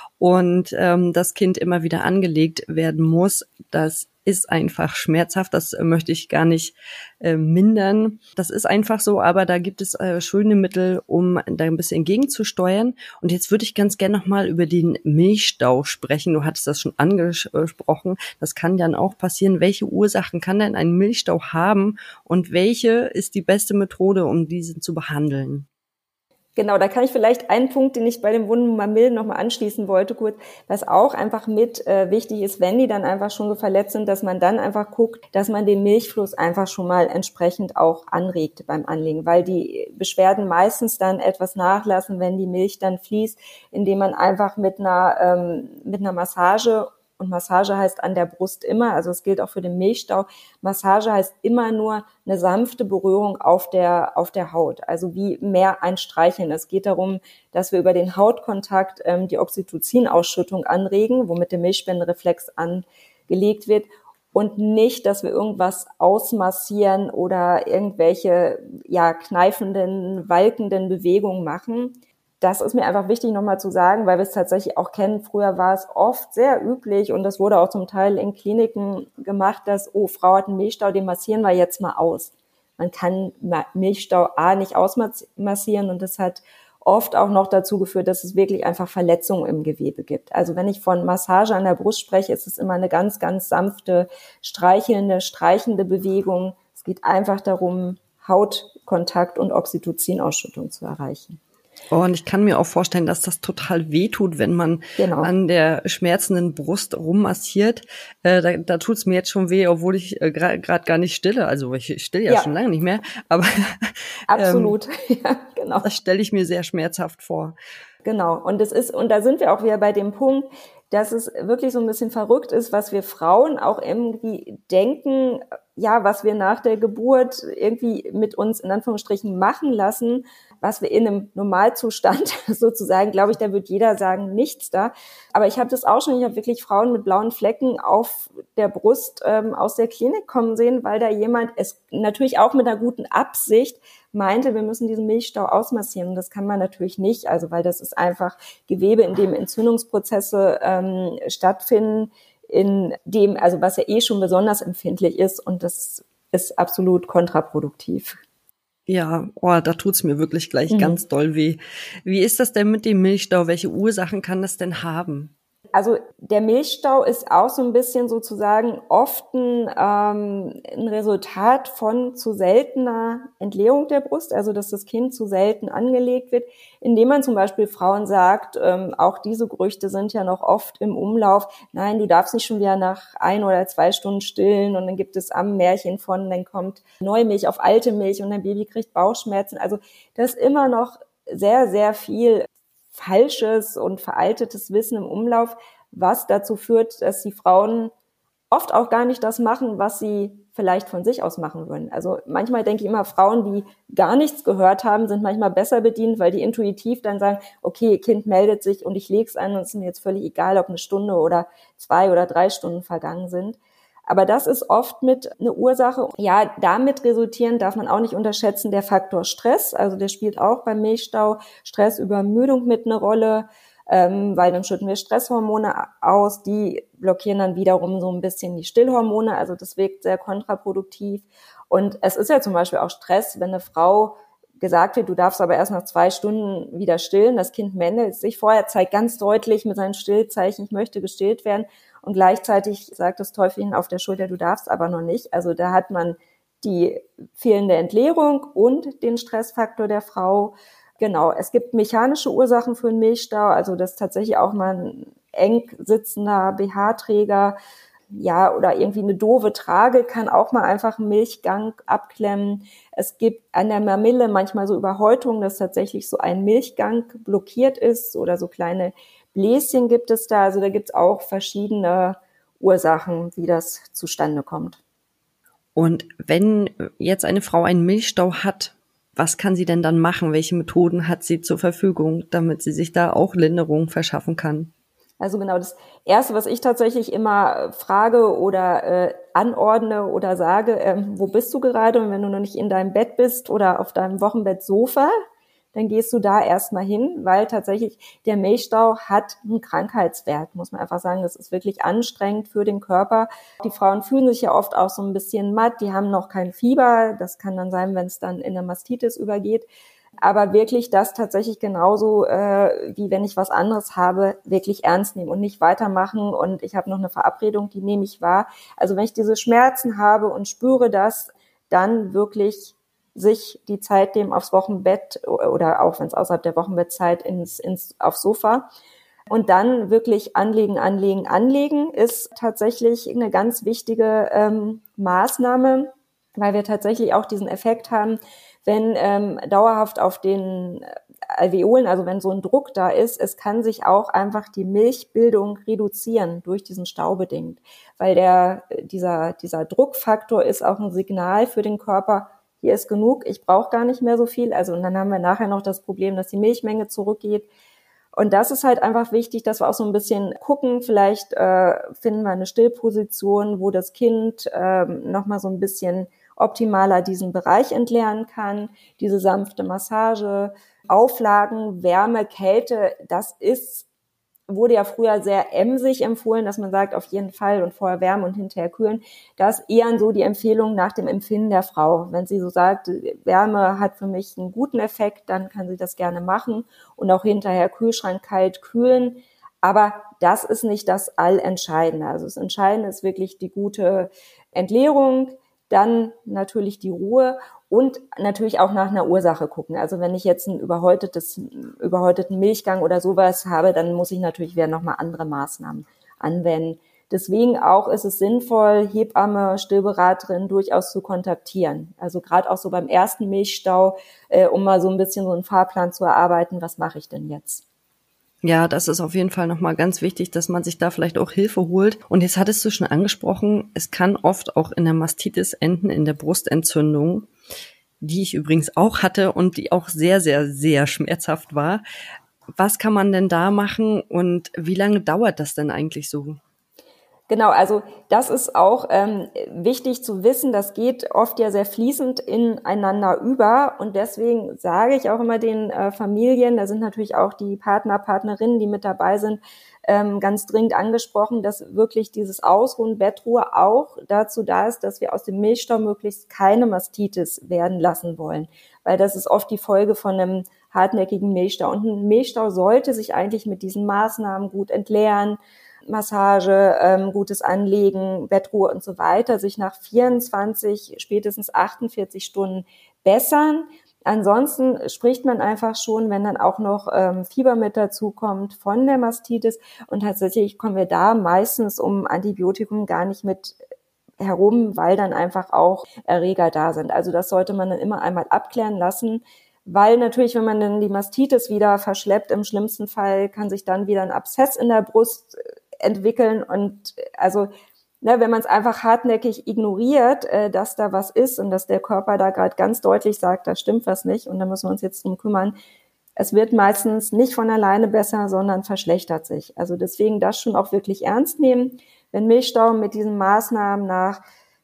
und das Kind immer wieder angelegt werden muss. Das ist einfach schmerzhaft, das möchte ich gar nicht mindern. Das ist einfach so, aber da gibt es schöne Mittel, um da ein bisschen gegenzusteuern. Und jetzt würde ich ganz gerne nochmal über den Milchstau sprechen. Du hattest das schon angesprochen. Das kann dann auch passieren. Welche Ursachen kann denn ein Milchstau haben und welche ist die beste Methode, um diesen zu behandeln? Genau, da kann ich vielleicht einen Punkt, den ich bei dem wunden Mamillen nochmal anschließen wollte, kurz, was auch einfach mit wichtig ist, wenn die dann einfach schon so verletzt sind, dass man dann einfach guckt, dass man den Milchfluss einfach schon mal entsprechend auch anregt beim Anlegen, weil die Beschwerden meistens dann etwas nachlassen, wenn die Milch dann fließt, indem man einfach mit einer Massage, und Massage heißt an der Brust immer, also es gilt auch für den Milchstau, Massage heißt immer nur eine sanfte Berührung auf der Haut, also wie mehr ein Streicheln. Es geht darum, dass wir über den Hautkontakt die Oxytocin-Ausschüttung anregen, womit der Milchspendenreflex angelegt wird und nicht, dass wir irgendwas ausmassieren oder irgendwelche kneifenden, walkenden Bewegungen machen. Das ist mir einfach wichtig nochmal zu sagen, weil wir es tatsächlich auch kennen. Früher war es oft sehr üblich und das wurde auch zum Teil in Kliniken gemacht, dass, Frau hat einen Milchstau, den massieren wir jetzt mal aus. Man kann Milchstau nicht ausmassieren und das hat oft auch noch dazu geführt, dass es wirklich einfach Verletzungen im Gewebe gibt. Also wenn ich von Massage an der Brust spreche, ist es immer eine ganz, ganz sanfte, streichelnde, streichende Bewegung. Es geht einfach darum, Hautkontakt und Oxytocin-Ausschüttung zu erreichen. Oh, und ich kann mir auch vorstellen, dass das total wehtut, wenn man an der schmerzenden Brust rummassiert. Da tut's mir jetzt schon weh, obwohl ich gerade gar nicht stille. Also ich stille ja schon lange nicht mehr. Aber absolut, ja, genau. Das stelle ich mir sehr schmerzhaft vor. Genau. Und da sind wir auch wieder bei dem Punkt, dass es wirklich so ein bisschen verrückt ist, was wir Frauen auch irgendwie denken, ja, was wir nach der Geburt irgendwie mit uns in Anführungsstrichen machen lassen, was wir in einem Normalzustand sozusagen, glaube ich, da wird jeder sagen, nichts da. Aber ich habe das auch schon, ich habe wirklich Frauen mit blauen Flecken auf der Brust aus der Klinik kommen sehen, weil da jemand, es natürlich auch mit einer guten Absicht, meinte, wir müssen diesen Milchstau ausmassieren. Und das kann man natürlich nicht, also weil das ist einfach Gewebe, in dem Entzündungsprozesse stattfinden, in dem, also was ja schon besonders empfindlich ist und das ist absolut kontraproduktiv. Ja, da tut's mir wirklich gleich ganz doll weh. Wie ist das denn mit dem Milchstau? Welche Ursachen kann das denn haben? Also der Milchstau ist auch so ein bisschen sozusagen oft ein Resultat von zu seltener Entleerung der Brust, also dass das Kind zu selten angelegt wird, indem man zum Beispiel Frauen sagt, auch diese Gerüchte sind ja noch oft im Umlauf, nein, du darfst nicht schon wieder nach 1 oder 2 Stunden stillen und dann gibt es am Märchen von, dann kommt neue Milch auf alte Milch und dein Baby kriegt Bauchschmerzen. Also das ist immer noch sehr, sehr viel falsches und veraltetes Wissen im Umlauf, was dazu führt, dass die Frauen oft auch gar nicht das machen, was sie vielleicht von sich aus machen würden. Also manchmal denke ich immer, Frauen, die gar nichts gehört haben, sind manchmal besser bedient, weil die intuitiv dann sagen, okay, Kind meldet sich und ich lege es an und es ist mir jetzt völlig egal, ob 1 Stunde oder 2 oder 3 Stunden vergangen sind. Aber das ist oft mit eine Ursache. Ja, damit resultieren darf man auch nicht unterschätzen, der Faktor Stress. Also der spielt auch beim Milchstau, Stress, Übermüdung mit eine Rolle, weil dann schütten wir Stresshormone aus, die blockieren dann wiederum so ein bisschen die Stillhormone. Also das wirkt sehr kontraproduktiv. Und es ist ja zum Beispiel auch Stress, wenn eine Frau gesagt wird, du darfst aber erst nach 2 Stunden wieder stillen. Das Kind meldet sich vorher, zeigt ganz deutlich mit seinen Stillzeichen, ich möchte gestillt werden. Und gleichzeitig sagt das Teufelchen auf der Schulter, du darfst aber noch nicht. Also da hat man die fehlende Entleerung und den Stressfaktor der Frau. Genau, es gibt mechanische Ursachen für einen Milchstau, also das ist tatsächlich auch mal ein eng sitzender BH-Träger. oder irgendwie eine doofe Trage kann auch mal einfach einen Milchgang abklemmen. Es gibt an der Mamille manchmal so Überhäutungen, dass tatsächlich so ein Milchgang blockiert ist oder so kleine Bläschen gibt es da. Also da gibt es auch verschiedene Ursachen, wie das zustande kommt. Und wenn jetzt eine Frau einen Milchstau hat, was kann sie denn dann machen? Welche Methoden hat sie zur Verfügung, damit sie sich da auch Linderung verschaffen kann? Also genau, das Erste, was ich tatsächlich immer frage oder anordne oder sage, wo bist du gerade? Und wenn du noch nicht in deinem Bett bist oder auf deinem Wochenbettsofa, dann gehst du da erstmal hin, weil tatsächlich der Milchstau hat einen Krankheitswert, muss man einfach sagen. Das ist wirklich anstrengend für den Körper. Die Frauen fühlen sich ja oft auch so ein bisschen matt, die haben noch kein Fieber. Das kann dann sein, wenn es dann in eine Mastitis übergeht. Aber wirklich das tatsächlich genauso, wie wenn ich was anderes habe, wirklich ernst nehmen und nicht weitermachen. Und ich habe noch eine Verabredung, die nehme ich wahr. Also wenn ich diese Schmerzen habe und spüre das, dann wirklich sich die Zeit nehmen aufs Wochenbett oder auch wenn es außerhalb der Wochenbettzeit aufs Sofa. Und dann wirklich anlegen ist tatsächlich eine ganz wichtige Maßnahme, weil wir tatsächlich auch diesen Effekt haben, wenn dauerhaft auf den Alveolen, also wenn so ein Druck da ist, es kann sich auch einfach die Milchbildung reduzieren durch diesen Stau bedingt, weil dieser Druckfaktor ist auch ein Signal für den Körper, hier ist genug, ich brauche gar nicht mehr so viel. Also und dann haben wir nachher noch das Problem, dass die Milchmenge zurückgeht. Und das ist halt einfach wichtig, dass wir auch so ein bisschen gucken, vielleicht finden wir eine Stillposition, wo das Kind nochmal so ein bisschen optimaler diesen Bereich entleeren kann, diese sanfte Massage, Auflagen, Wärme, Kälte, wurde ja früher sehr emsig empfohlen, dass man sagt, auf jeden Fall und vorher wärmen und hinterher kühlen. Das ist eher so die Empfehlung nach dem Empfinden der Frau. Wenn sie so sagt, Wärme hat für mich einen guten Effekt, dann kann sie das gerne machen und auch hinterher Kühlschrank kalt kühlen. Aber das ist nicht das Allentscheidende. Also das Entscheidende ist wirklich die gute Entleerung, dann natürlich die Ruhe und natürlich auch nach einer Ursache gucken. Also wenn ich jetzt einen überhäuteten Milchgang oder sowas habe, dann muss ich natürlich wieder nochmal andere Maßnahmen anwenden. Deswegen auch ist es sinnvoll, Hebamme, Stillberaterin durchaus zu kontaktieren. Also gerade auch so beim ersten Milchstau, um mal so ein bisschen so einen Fahrplan zu erarbeiten, was mache ich denn jetzt? Ja, das ist auf jeden Fall nochmal ganz wichtig, dass man sich da vielleicht auch Hilfe holt. Und jetzt hattest du schon angesprochen, es kann oft auch in der Mastitis enden, in der Brustentzündung, die ich übrigens auch hatte und die auch sehr, sehr, sehr schmerzhaft war. Was kann man denn da machen und wie lange dauert das denn eigentlich so? Genau, also das ist auch wichtig zu wissen, das geht oft ja sehr fließend ineinander über und deswegen sage ich auch immer den Familien, da sind natürlich auch die Partnerinnen, die mit dabei sind, ganz dringend angesprochen, dass wirklich dieses Ausruhen, Bettruhe auch dazu da ist, dass wir aus dem Milchstau möglichst keine Mastitis werden lassen wollen, weil das ist oft die Folge von einem hartnäckigen Milchstau und ein Milchstau sollte sich eigentlich mit diesen Maßnahmen gut entleeren, Massage, gutes Anlegen, Bettruhe und so weiter, sich nach 24, spätestens 48 Stunden bessern. Ansonsten spricht man einfach schon, wenn dann auch noch Fieber mit dazu kommt von der Mastitis und tatsächlich kommen wir da meistens um Antibiotikum gar nicht mit herum, weil dann einfach auch Erreger da sind. Also das sollte man dann immer einmal abklären lassen, weil natürlich, wenn man dann die Mastitis wieder verschleppt, im schlimmsten Fall kann sich dann wieder ein Abszess in der Brust entwickeln und also wenn man es einfach hartnäckig ignoriert, dass da was ist und dass der Körper da gerade ganz deutlich sagt, da stimmt was nicht und da müssen wir uns jetzt drum kümmern. Es wird meistens nicht von alleine besser, sondern verschlechtert sich. Also deswegen das schon auch wirklich ernst nehmen. Wenn Milchstau mit diesen Maßnahmen nach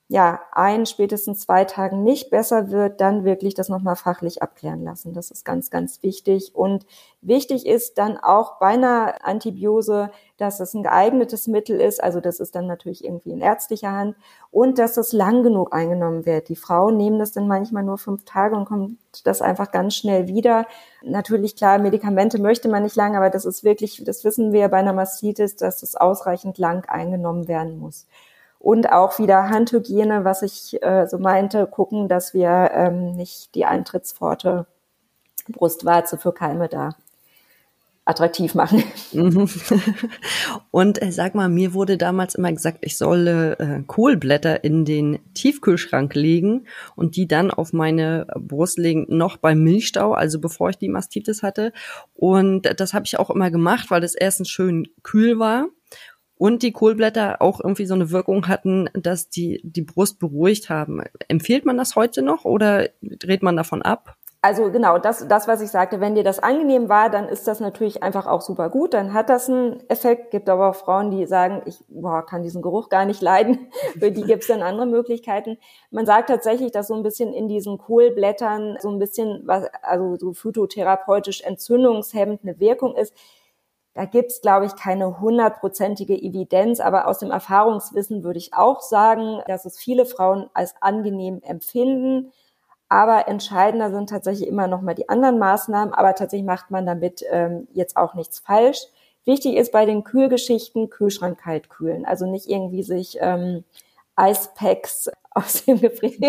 spätestens 2 Tagen nicht besser wird, dann wirklich das nochmal fachlich abklären lassen. Das ist ganz, ganz wichtig. Und wichtig ist dann auch bei einer Antibiose, dass es ein geeignetes Mittel ist. Also das ist dann natürlich irgendwie in ärztlicher Hand und dass es lang genug eingenommen wird. Die Frauen nehmen das dann manchmal nur 5 Tage und kommt das einfach ganz schnell wieder. Natürlich, klar, Medikamente möchte man nicht lang, aber das ist wirklich, das wissen wir bei einer Mastitis, dass es ausreichend lang eingenommen werden muss. Und auch wieder Handhygiene, was ich so meinte, gucken, dass wir nicht die Eintrittspforte Brustwarze für Keime da attraktiv machen. Mhm. Und sag mal, mir wurde damals immer gesagt, ich solle Kohlblätter in den Tiefkühlschrank legen und die dann auf meine Brust legen, noch beim Milchstau, also bevor ich die Mastitis hatte. Und das habe ich auch immer gemacht, weil das erstens schön kühl war und die Kohlblätter auch irgendwie so eine Wirkung hatten, dass die Brust beruhigt haben. Empfiehlt man das heute noch oder dreht man davon ab? Also genau, das, was ich sagte, wenn dir das angenehm war, dann ist das natürlich einfach auch super gut, dann hat das einen Effekt. Gibt aber auch Frauen, die sagen, ich kann diesen Geruch gar nicht leiden. Für die gibt es dann andere Möglichkeiten. Man sagt tatsächlich, dass so ein bisschen in diesen Kohlblättern so ein bisschen also so phytotherapeutisch entzündungshemmend eine Wirkung ist. Da gibt's, glaube ich, keine 100%ige Evidenz, aber aus dem Erfahrungswissen würde ich auch sagen, dass es viele Frauen als angenehm empfinden. Aber entscheidender sind tatsächlich immer noch mal die anderen Maßnahmen. Aber tatsächlich macht man damit jetzt auch nichts falsch. Wichtig ist bei den Kühlgeschichten, Kühlschrank kalt kühlen. Also nicht irgendwie sich Eispacks aus dem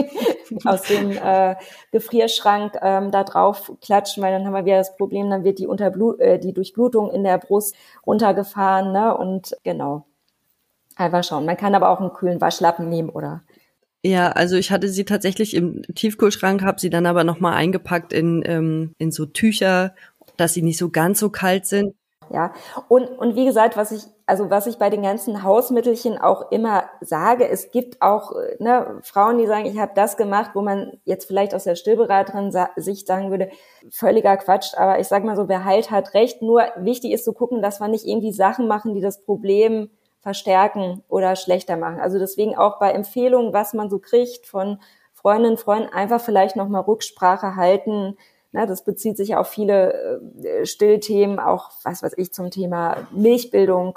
Gefrierschrank da drauf klatschen, weil dann haben wir wieder das Problem, dann wird die Durchblutung in der Brust runtergefahren, ne? Und genau, einfach schauen. Man kann aber auch einen kühlen Waschlappen nehmen oder. Ja, also ich hatte sie tatsächlich im Tiefkühlschrank, habe sie dann aber nochmal eingepackt in so Tücher, dass sie nicht so ganz so kalt sind. Ja, und wie gesagt, was ich bei den ganzen Hausmittelchen auch immer sage, es gibt auch Frauen, die sagen, ich habe das gemacht, wo man jetzt vielleicht aus der Stillberaterin Sicht sagen würde, völliger Quatsch, aber ich sag mal so, wer heilt, hat recht. Nur wichtig ist zu gucken, dass wir nicht irgendwie Sachen machen, die das Problem verstärken oder schlechter machen. Also deswegen auch bei Empfehlungen, was man so kriegt von Freundinnen, Freunden, einfach vielleicht nochmal Rücksprache halten. Na, das bezieht sich auf viele Stillthemen, auch was weiß ich zum Thema Milchbildung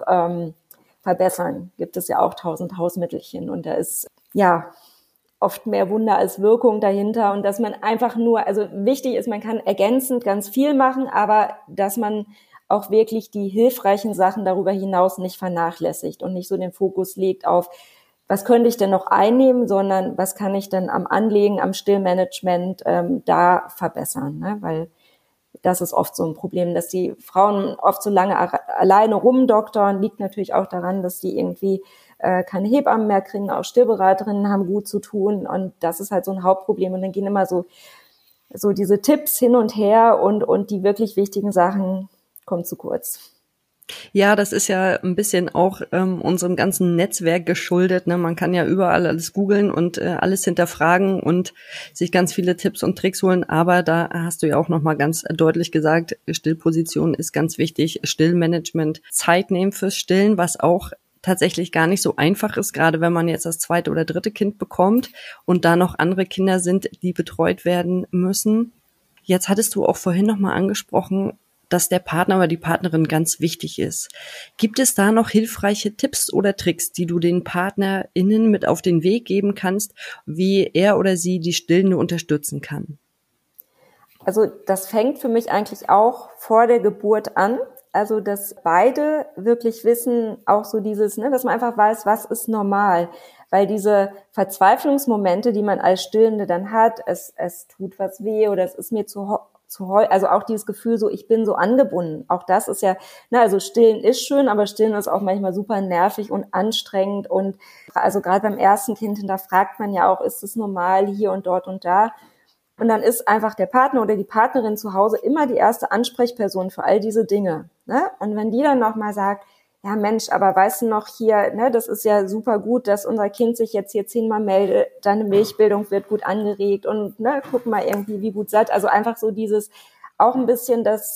verbessern. Gibt es ja auch 1000 Hausmittelchen und da ist ja oft mehr Wunder als Wirkung dahinter und dass man einfach nur, also wichtig ist, man kann ergänzend ganz viel machen, aber dass man auch wirklich die hilfreichen Sachen darüber hinaus nicht vernachlässigt und nicht so den Fokus legt auf, was könnte ich denn noch einnehmen, sondern was kann ich denn am Anlegen, am Stillmanagement da verbessern, ne? Weil das ist oft so ein Problem, dass die Frauen oft so lange alleine rumdoktern, liegt natürlich auch daran, dass die irgendwie keine Hebammen mehr kriegen, auch Stillberaterinnen haben gut zu tun und das ist halt so ein Hauptproblem und dann gehen immer so diese Tipps hin und her und die wirklich wichtigen Sachen kommt zu kurz. Ja, das ist ja ein bisschen auch unserem ganzen Netzwerk geschuldet. Ne? Man kann ja überall alles googeln und alles hinterfragen und sich ganz viele Tipps und Tricks holen. Aber da hast du ja auch nochmal ganz deutlich gesagt, Stillposition ist ganz wichtig. Stillmanagement, Zeit nehmen fürs Stillen, was auch tatsächlich gar nicht so einfach ist, gerade wenn man jetzt das zweite oder dritte Kind bekommt und da noch andere Kinder sind, die betreut werden müssen. Jetzt hattest du auch vorhin nochmal angesprochen, dass der Partner oder die Partnerin ganz wichtig ist. Gibt es da noch hilfreiche Tipps oder Tricks, die du den PartnerInnen mit auf den Weg geben kannst, wie er oder sie die Stillende unterstützen kann? Also das fängt für mich eigentlich auch vor der Geburt an. Also dass beide wirklich wissen, auch so dieses, dass man einfach weiß, was ist normal. Weil diese Verzweiflungsmomente, die man als Stillende dann hat, es tut was weh oder es ist mir also auch dieses Gefühl so, ich bin so angebunden. Auch das ist ja, also Stillen ist schön, aber Stillen ist auch manchmal super nervig und anstrengend. Und also gerade beim ersten Kind, da fragt man ja auch, ist es normal hier und dort und da? Und dann ist einfach der Partner oder die Partnerin zu Hause immer die erste Ansprechperson für all diese Dinge. Ne? Und wenn die dann nochmal sagt, ja Mensch, aber weißt du noch hier, das ist ja super gut, dass unser Kind sich jetzt hier 10-mal meldet, deine Milchbildung wird gut angeregt und guck mal irgendwie, wie gut satt. Also einfach so dieses, auch ein bisschen das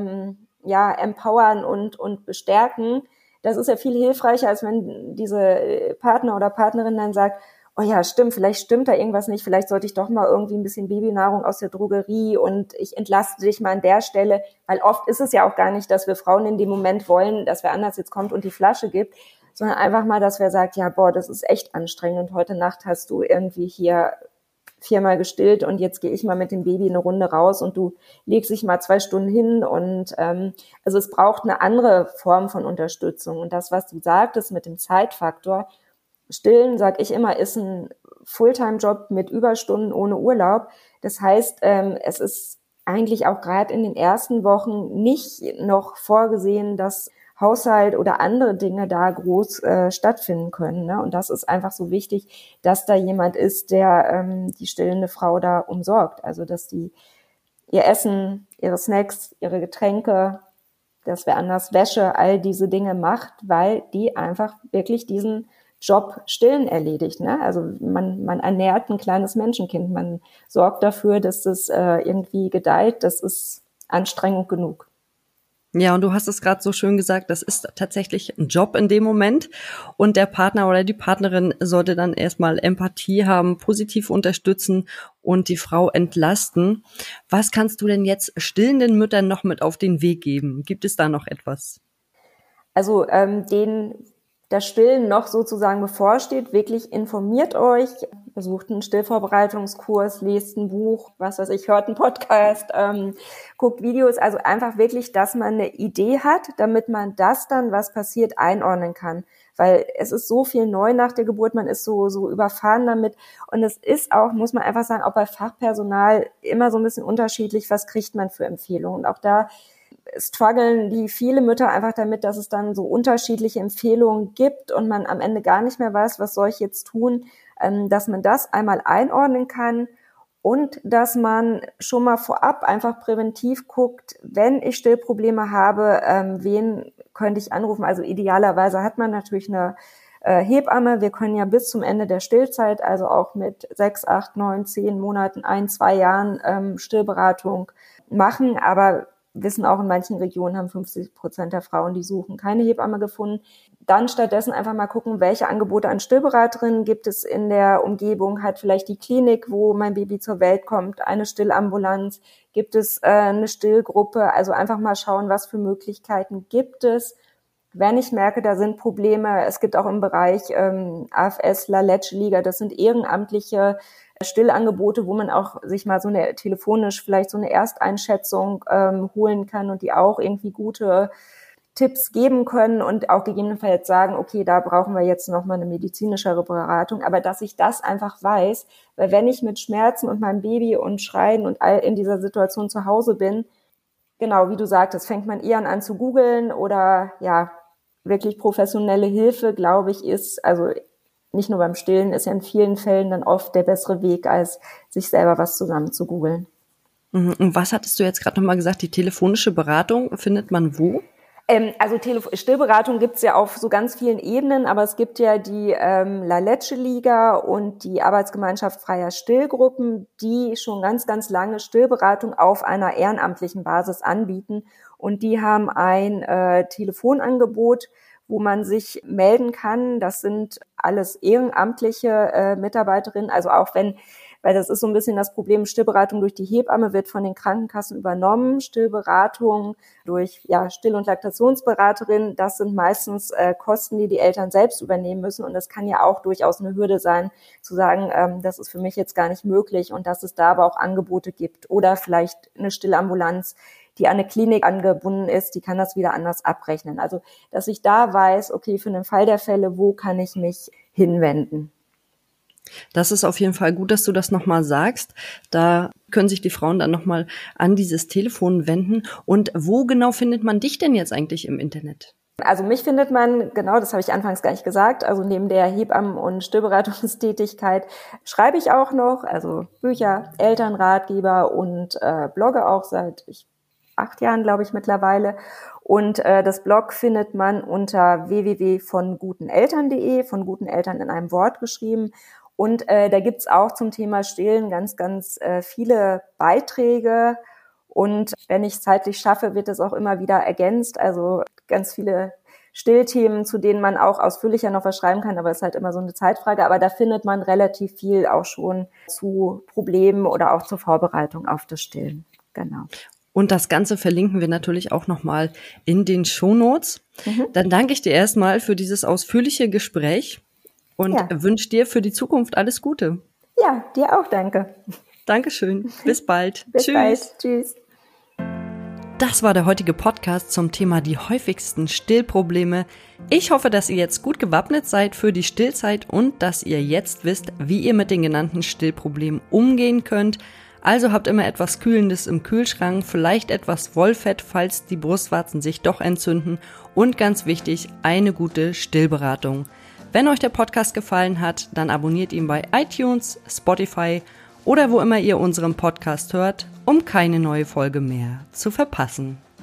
empowern und bestärken. Das ist ja viel hilfreicher, als wenn diese Partner oder Partnerin dann sagt, oh ja, stimmt, vielleicht stimmt da irgendwas nicht, vielleicht sollte ich doch mal irgendwie ein bisschen Babynahrung aus der Drogerie und ich entlaste dich mal an der Stelle, weil oft ist es ja auch gar nicht, dass wir Frauen in dem Moment wollen, dass wer anders jetzt kommt und die Flasche gibt, sondern einfach mal, dass wer sagt, ja, boah, das ist echt anstrengend und heute Nacht hast du irgendwie hier 4-mal gestillt und jetzt gehe ich mal mit dem Baby eine Runde raus und du legst dich mal 2 Stunden hin und also es braucht eine andere Form von Unterstützung und das, was du sagtest mit dem Zeitfaktor, Stillen, sag ich immer, ist ein Fulltime-Job mit Überstunden ohne Urlaub. Das heißt, es ist eigentlich auch gerade in den ersten Wochen nicht noch vorgesehen, dass Haushalt oder andere Dinge da groß stattfinden können. Ne? Und das ist einfach so wichtig, dass da jemand ist, der die stillende Frau da umsorgt. Also dass die ihr Essen, ihre Snacks, ihre Getränke, dass wer anders Wäsche, all diese Dinge macht, weil die einfach wirklich diesen Job stillen erledigt. Ne? Also man ernährt ein kleines Menschenkind, man sorgt dafür, dass es irgendwie gedeiht. Das ist Anstrengung genug. Ja, und du hast es gerade so schön gesagt, das ist tatsächlich ein Job in dem Moment und der Partner oder die Partnerin sollte dann erstmal Empathie haben, positiv unterstützen und die Frau entlasten. Was kannst du denn jetzt stillenden Müttern noch mit auf den Weg geben? Gibt es da noch etwas? Also denen das Stillen noch sozusagen bevorsteht, wirklich informiert euch, besucht einen Stillvorbereitungskurs, lest ein Buch, was weiß ich, hört einen Podcast, guckt Videos, also einfach wirklich, dass man eine Idee hat, damit man das dann, was passiert, einordnen kann. Weil es ist so viel neu nach der Geburt, man ist so überfahren damit und es ist auch, muss man einfach sagen, auch bei Fachpersonal immer so ein bisschen unterschiedlich, was kriegt man für Empfehlungen. Und auch da strugglen die viele Mütter einfach damit, dass es dann so unterschiedliche Empfehlungen gibt und man am Ende gar nicht mehr weiß, was soll ich jetzt tun, dass man das einmal einordnen kann und dass man schon mal vorab einfach präventiv guckt, wenn ich Stillprobleme habe, wen könnte ich anrufen? Also idealerweise hat man natürlich eine Hebamme. Wir können ja bis zum Ende der Stillzeit, also auch mit 6, 8, 9, 10 Monaten, 1, 2 Jahren Stillberatung machen, aber wissen auch, in manchen Regionen haben 50% der Frauen, die suchen, keine Hebamme gefunden. Dann stattdessen einfach mal gucken, welche Angebote an Stillberaterinnen gibt es in der Umgebung. Hat vielleicht die Klinik, wo mein Baby zur Welt kommt, eine Stillambulanz? Gibt es eine Stillgruppe? Also einfach mal schauen, was für Möglichkeiten gibt es. Wenn ich merke, da sind Probleme, es gibt auch im Bereich AFS, La Leche Liga, das sind ehrenamtliche Stillangebote, wo man auch sich mal so eine telefonisch vielleicht so eine Ersteinschätzung holen kann und die auch irgendwie gute Tipps geben können und auch gegebenenfalls sagen, okay, da brauchen wir jetzt noch mal eine medizinischere Beratung, aber dass ich das einfach weiß, weil wenn ich mit Schmerzen und meinem Baby und Schreien und all in dieser Situation zu Hause bin, genau, wie du sagtest, fängt man eher an zu googeln oder ja, wirklich professionelle Hilfe, glaube ich, ist, also nicht nur beim Stillen, ist ja in vielen Fällen dann oft der bessere Weg, als sich selber was zusammen zu googeln. Und was hattest du jetzt gerade nochmal gesagt, die telefonische Beratung findet man wo? Also Stillberatung gibt's ja auf so ganz vielen Ebenen, aber es gibt ja die La Leche Liga und die Arbeitsgemeinschaft freier Stillgruppen, die schon ganz, ganz lange Stillberatung auf einer ehrenamtlichen Basis anbieten. Und die haben ein Telefonangebot, wo man sich melden kann. Das sind alles ehrenamtliche Mitarbeiterinnen, also auch wenn, weil das ist so ein bisschen das Problem, Stillberatung durch die Hebamme wird von den Krankenkassen übernommen, Stillberatung durch Still- und Laktationsberaterin, das sind meistens Kosten, die die Eltern selbst übernehmen müssen und das kann ja auch durchaus eine Hürde sein, zu sagen, das ist für mich jetzt gar nicht möglich und dass es da aber auch Angebote gibt oder vielleicht eine Stillambulanz, die an eine Klinik angebunden ist, die kann das wieder anders abrechnen. Also, dass ich da weiß, okay, für den Fall der Fälle, wo kann ich mich hinwenden? Das ist auf jeden Fall gut, dass du das nochmal sagst. Da können sich die Frauen dann nochmal an dieses Telefon wenden. Und wo genau findet man dich denn jetzt eigentlich im Internet? Also mich findet man, genau, das habe ich anfangs gar nicht gesagt, also neben der Hebammen- und Stillberatungstätigkeit schreibe ich auch noch, also Bücher, Elternratgeber und blogge auch seit 8 Jahren, glaube ich, mittlerweile. Und das Blog findet man unter www.vonguteneltern.de, von guten Eltern in einem Wort geschrieben. Und da gibt's auch zum Thema Stillen ganz, ganz viele Beiträge. Und wenn ich es zeitlich schaffe, wird es auch immer wieder ergänzt. Also ganz viele Stillthemen, zu denen man auch ausführlicher noch was schreiben kann. Aber es ist halt immer so eine Zeitfrage. Aber da findet man relativ viel auch schon zu Problemen oder auch zur Vorbereitung auf das Stillen. Genau. Und das Ganze verlinken wir natürlich auch nochmal in den Shownotes. Dann danke ich dir erstmal für dieses ausführliche Gespräch und wünsche dir für die Zukunft alles Gute. Ja, dir auch, danke. Dankeschön. Bis bald. Bis Tschüss. Bald. Tschüss. Das war der heutige Podcast zum Thema die häufigsten Stillprobleme. Ich hoffe, dass ihr jetzt gut gewappnet seid für die Stillzeit und dass ihr jetzt wisst, wie ihr mit den genannten Stillproblemen umgehen könnt. Also habt immer etwas Kühlendes im Kühlschrank, vielleicht etwas Wollfett, falls die Brustwarzen sich doch entzünden und ganz wichtig, eine gute Stillberatung. Wenn euch der Podcast gefallen hat, dann abonniert ihn bei iTunes, Spotify oder wo immer ihr unseren Podcast hört, um keine neue Folge mehr zu verpassen.